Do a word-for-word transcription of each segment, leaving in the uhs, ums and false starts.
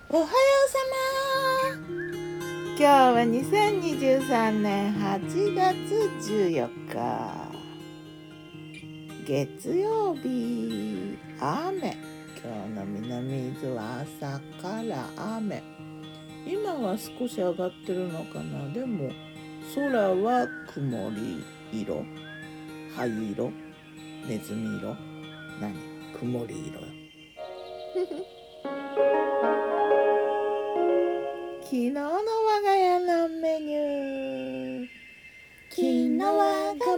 おはようさま。今日はにせんにじゅうさんねんはちがつじゅうよっか月曜日。雨。今日の南伊豆は朝から雨。今は少し上がってるのかな。でも空は曇り色、灰色、ネズミ色、何曇り色昨日の我が家のメニュー。昨日我がメ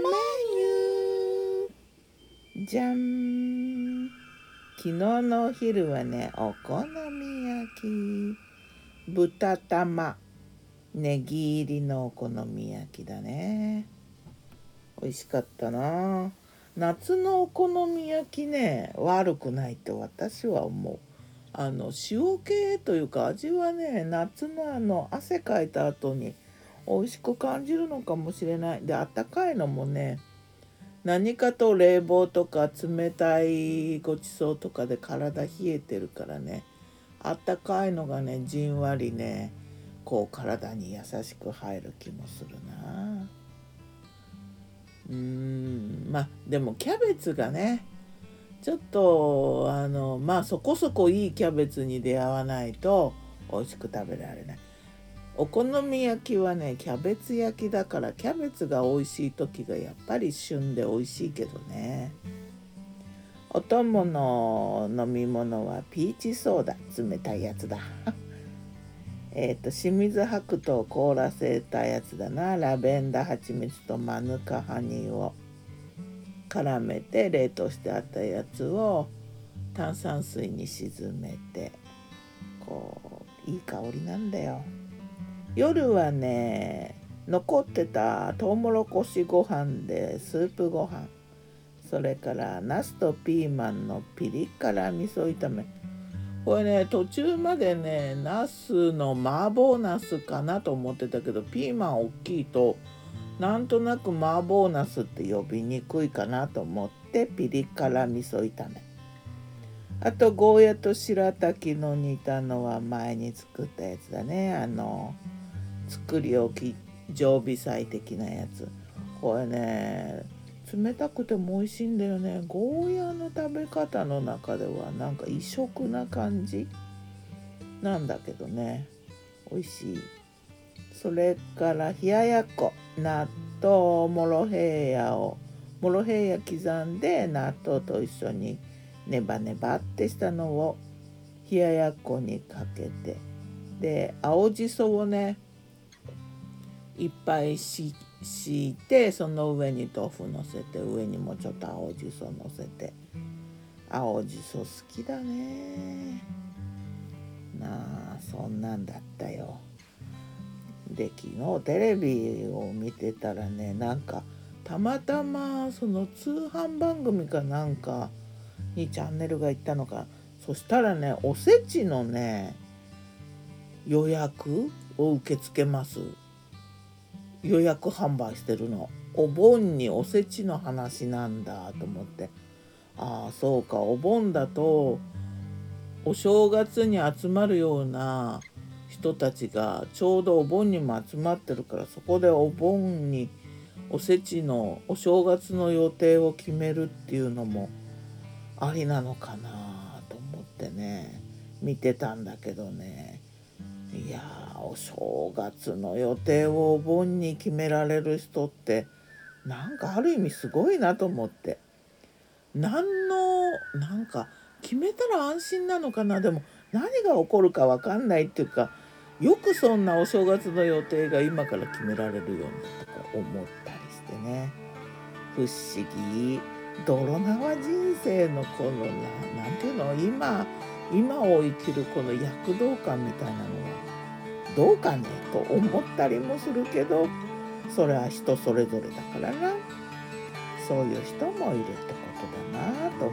ニュー。じゃん。昨日のお昼はね、お好み焼き。豚玉、ネギ入りのお好み焼きだね。美味しかったな。夏のお好み焼きね、悪くないと私は思う。あの塩気というか味はね、夏のあの汗かいた後に美味しく感じるのかもしれない。で、あったかいのもね、何かと冷房とか冷たいごちそうとかで体冷えてるからね、あったかいのがね、じんわりね、こう体に優しく入る気もするな。うーんまあでもキャベツがね、ちょっとあのまあそこそこいいキャベツに出会わないと美味しく食べられない。お好み焼きはね、キャベツ焼きだから、キャベツが美味しい時がやっぱり旬で美味しいけどね。お供の飲み物はピーチソーダ、冷たいやつだえっと清水白桃凍らせたやつだな。ラベンダー蜂蜜とマヌカハニーを絡めて冷凍してあったやつを炭酸水に沈めて、こういい香りなんだよ。夜はね、残ってたトウモロコシご飯でスープご飯、それからナスとピーマンのピリ辛味噌炒め。これね、途中までね、ナスの麻婆ナスかなと思ってたけど、ピーマン大きいとなんとなく麻婆ナスって呼びにくいかなと思ってピリ辛味噌炒め。あとゴーヤと白滝の煮たのは前に作ったやつだね。あの作り置き常備菜的なやつ。これね、冷たくても美味しいんだよね。ゴーヤの食べ方の中ではなんか異色な感じなんだけどね、美味しい。それから冷ややっこ、納豆モロヘイヤをモロヘイヤ刻んで納豆と一緒にネバネバってしたのを冷ややっこにかけて、で青じそをねいっぱいし敷いて、その上に豆腐のせて、上にもちょっと青じそのせて。青じそ好きだね。なあ、そんなんだったよ。で昨日テレビを見てたらね、なんかたまたまその通販番組かなんかにチャンネルが行ったのか、そしたらね、おせちのね予約を受け付けます、予約販売してるの。お盆におせちの話なんだと思って、ああそうか、お盆だとお正月に集まるような人たちがちょうどお盆にも集まってるから、そこでお盆におせちのお正月の予定を決めるっていうのもありなのかなと思ってね、見てたんだけどね。いやー、お正月の予定をお盆に決められる人ってなんかある意味すごいなと思って。何のなんか決めたら安心なのかな。でも何が起こるか分かんないっていうか、よくそんなお正月の予定が今から決められるようにとか思ったりしてね、不思議。泥縄人生のこのななんていうの、今今を生きるこの躍動感みたいなのはどうかねと思ったりもするけど、それは人それぞれだからな。そういう人もいるってことだなと思った。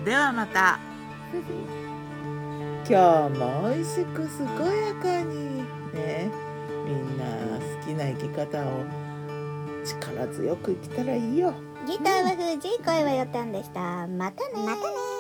ではまた今日も美味しく健やかにね、みんな好きな生き方を力強く生きたらいいよ。 ギターは藤井、声はよたんでした。またね。またね。